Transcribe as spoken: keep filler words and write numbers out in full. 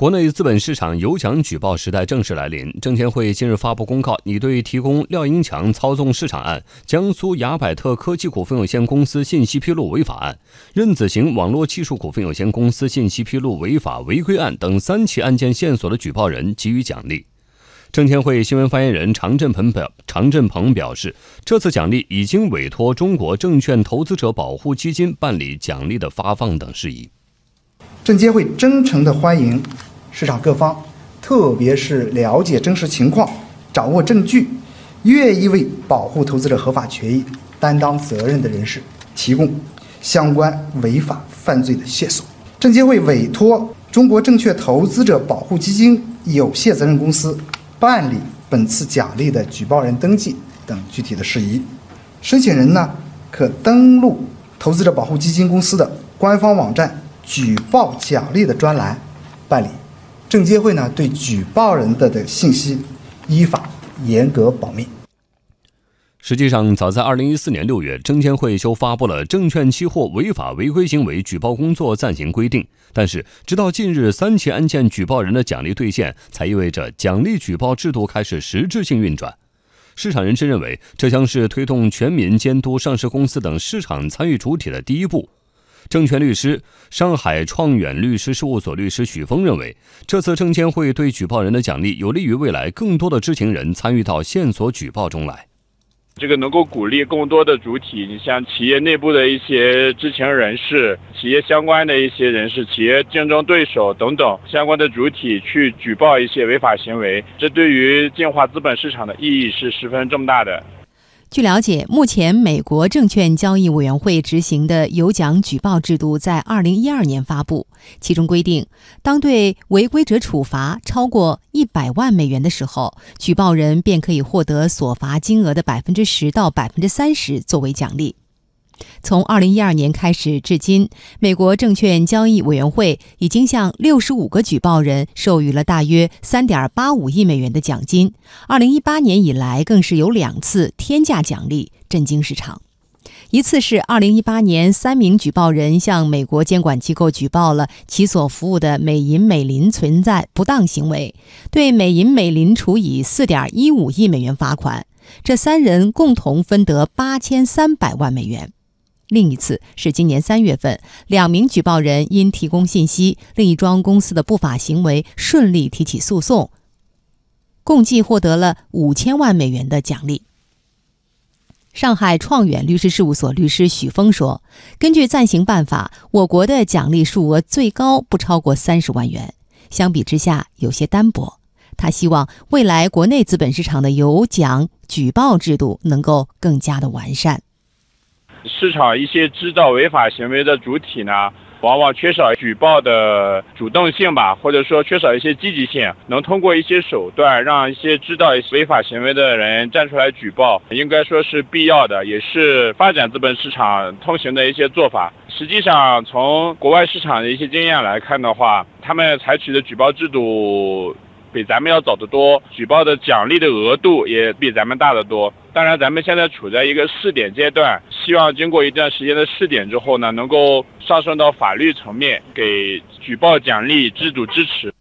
国内资本市场有奖举报时代正式来临。证监会近日发布公告，拟对提供廖英强操纵市场案、江苏雅百特科技股份有限公司信息披露违法案、任子行网络技术股份有限公司信息披露违法违规案等三起案件线索的举报人给予奖励。证监会新闻发言人常振鹏表常振鹏表示，这次奖励已经委托中国证券投资者保护基金办理奖励的发放等事宜。 证监会真诚地欢迎市场各方，特别是了解真实情况、掌握证据、愿意为保护投资者合法权益担当责任的人士提供相关违法犯罪的线索。证监会委托中国证券投资者保护基金有限责任公司办理本次奖励的举报人登记等具体的事宜。申请人呢，可登录投资者保护基金公司的官方网站举报奖励的专栏办理。证监会呢，对举报人的的信息依法严格保密。 实际上，早在二零一四年六月，证监会就发布了《证券期货违法违规行为举报工作暂行规定》，但是直到近日三起案件举报人的奖励兑现，才意味着奖励举报制度开始实质性运转。市场人士认为，这将是推动全民监督上市公司等市场参与主体的第一步。证券律师、上海创远律师事务所律师许峰认为，这次证监会对举报人的奖励有利于未来更多的知情人参与到线索举报中来。 这个能够鼓励更多的主体，你像企业内部的一些知情人士、企业相关的一些人士、企业竞争对手等等相关的主体去举报一些违法行为，这对于净化资本市场的意义是十分重大的。 据了解，目前美国证券交易委员会执行的有奖举报制度在二零一二年发布，其中规定，当对违规者处罚超过一百万美元的时候，举报人便可以获得所罚金额的百分之十到百分之三十作为奖励。从二零一二年开始至今，美国证券交易委员会已经向六十五个举报人授予了大约 三点八五亿美元的奖金。二零一八年以来更是有两次天价奖励，震惊市场。一次是二零一八年，三名举报人向美国监管机构举报了其所服务的美银美林存在不当行为，对美银美林处以 四点一五亿美元罚款，这三人共同分得八千三百万美元。另一次是今年三月份，两名举报人因提供信息另一桩公司的不法行为顺利提起诉讼，共计获得了五千万美元的奖励。上海创远律师事务所律师许峰说，根据暂行办法，我国的奖励数额最高不超过三十万元，相比之下有些单薄。他希望未来国内资本市场的有奖举报制度能够更加的完善。 市场一些知道违法行为的主体呢，往往缺少举报的主动性吧，或者说缺少一些积极性，能通过一些手段让一些知道违法行为的人站出来举报，应该说是必要的，也是发展资本市场通行的一些做法。实际上从国外市场的一些经验来看的话，他们采取的举报制度比咱们要早得多，举报的奖励的额度也比咱们大得多。当然咱们现在处在一个试点阶段，希望经过一段时间的试点之后呢，能够上升到法律层面，给举报奖励制度支持。